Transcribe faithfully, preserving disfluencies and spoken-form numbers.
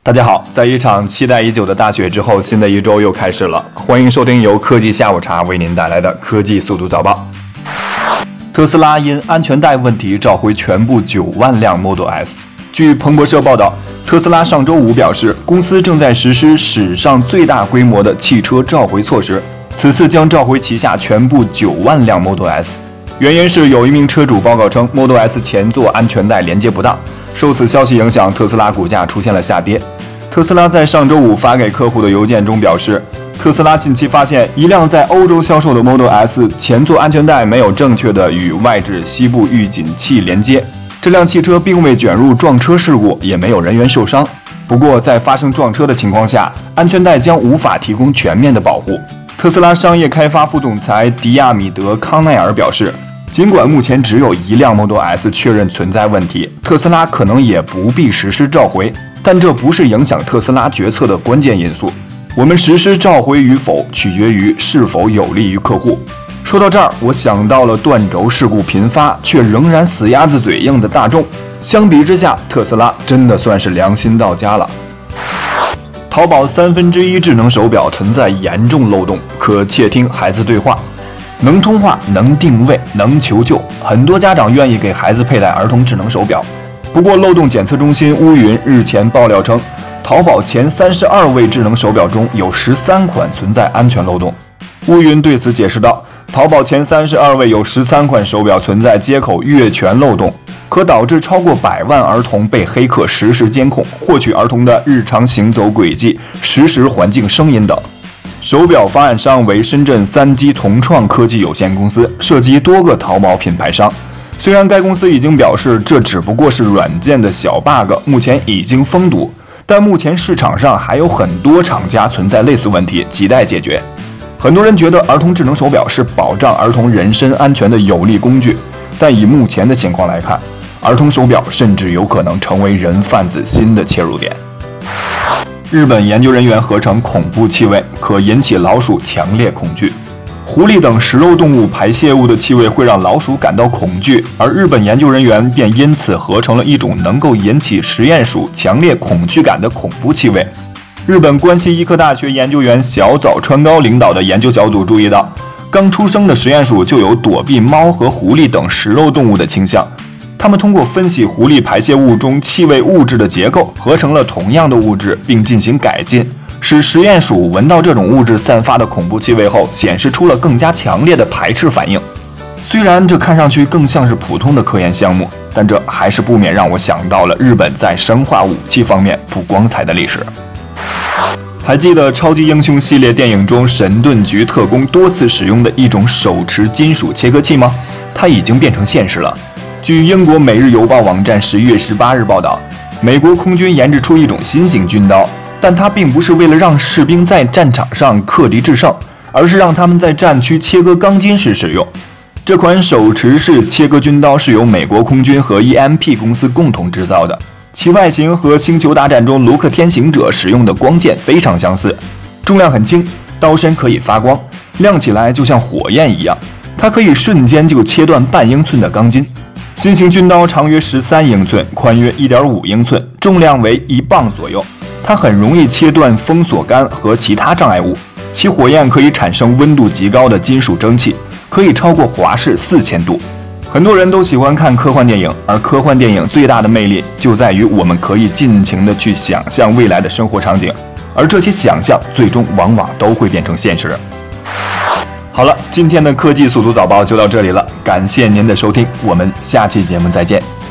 大家好，在一场期待已久的大雪之后，新的一周又开始了。欢迎收听由科技下午茶为您带来的科技速度早报。特斯拉因安全带问题召回全部九万辆 Model S。据彭博社报道，特斯拉上周五表示，公司正在实施史上最大规模的汽车召回措施，此次将召回旗下全部九万辆 Model S。原因是有一名车主报告称 Model S 前座安全带连接不当，受此消息影响，特斯拉股价出现了下跌。特斯拉在上周五发给客户的邮件中表示，特斯拉近期发现一辆在欧洲销售的 Model S 前座安全带没有正确的与外置膝部预警器连接，这辆汽车并未卷入撞车事故，也没有人员受伤。不过在发生撞车的情况下，安全带将无法提供全面的保护。特斯拉商业开发副总裁迪亚米德·康奈尔表示，尽管目前只有一辆 Model S 确认存在问题，特斯拉可能也不必实施召回，但这不是影响特斯拉决策的关键因素。我们实施召回与否取决于是否有利于客户。说到这儿，我想到了断轴事故频发却仍然死鸭子嘴硬的大众。相比之下，特斯拉真的算是良心到家了。淘宝三分之一智能手表存在严重漏洞，可窃听孩子对话，能通话，能定位，能求救，很多家长愿意给孩子佩戴儿童智能手表。不过漏洞检测中心乌云日前爆料称，淘宝前三十二位智能手表中有十三款存在安全漏洞。乌云对此解释道，淘宝前三十二位有十三款手表存在接口越权漏洞，可导致超过百万儿童被黑客实时监控，获取儿童的日常行走轨迹、实时环境声音等。手表发案商为深圳三基同创科技有限公司，涉及多个淘宝品牌商。虽然该公司已经表示这只不过是软件的小 bug， 目前已经封堵，但目前市场上还有很多厂家存在类似问题，亟待解决。很多人觉得儿童智能手表是保障儿童人身安全的有力工具，但以目前的情况来看，儿童手表甚至有可能成为人贩子新的切入点。日本研究人员合成恐怖气味，可引起老鼠强烈恐惧。狐狸等食肉动物排泄物的气味会让老鼠感到恐惧，而日本研究人员便因此合成了一种能够引起实验鼠强烈恐惧感的恐怖气味。日本关西医科大学研究员小早川高领导的研究小组注意到，刚出生的实验鼠就有躲避猫和狐狸等食肉动物的倾向。他们通过分析狐狸排泄物中气味物质的结构，合成了同样的物质并进行改进，使实验鼠闻到这种物质散发的恐怖气味后，显示出了更加强烈的排斥反应。虽然这看上去更像是普通的科研项目，但这还是不免让我想到了日本在生化武器方面不光彩的历史。还记得超级英雄系列电影中神盾局特工多次使用的一种手持金属切割器吗？它已经变成现实了。据英国《每日邮报》网站十一月十八日报道，美国空军研制出一种新型军刀，但它并不是为了让士兵在战场上克敌制胜，而是让他们在战区切割钢筋时使用。这款手持式切割军刀是由美国空军和 E M P 公司共同制造的，其外形和《星球大战》中卢克天行者使用的光剑非常相似，重量很轻，刀身可以发光，亮起来就像火焰一样，它可以瞬间就切断半英寸的钢筋。新型军刀长约十三英寸，宽约 一点五英寸，重量为一磅左右。它很容易切断封锁杆和其他障碍物，其火焰可以产生温度极高的金属蒸汽，可以超过华氏四千度。很多人都喜欢看科幻电影，而科幻电影最大的魅力就在于我们可以尽情地去想象未来的生活场景，而这些想象最终往往都会变成现实。好了，今天的科技速读早报就到这里了，感谢您的收听，我们下期节目再见。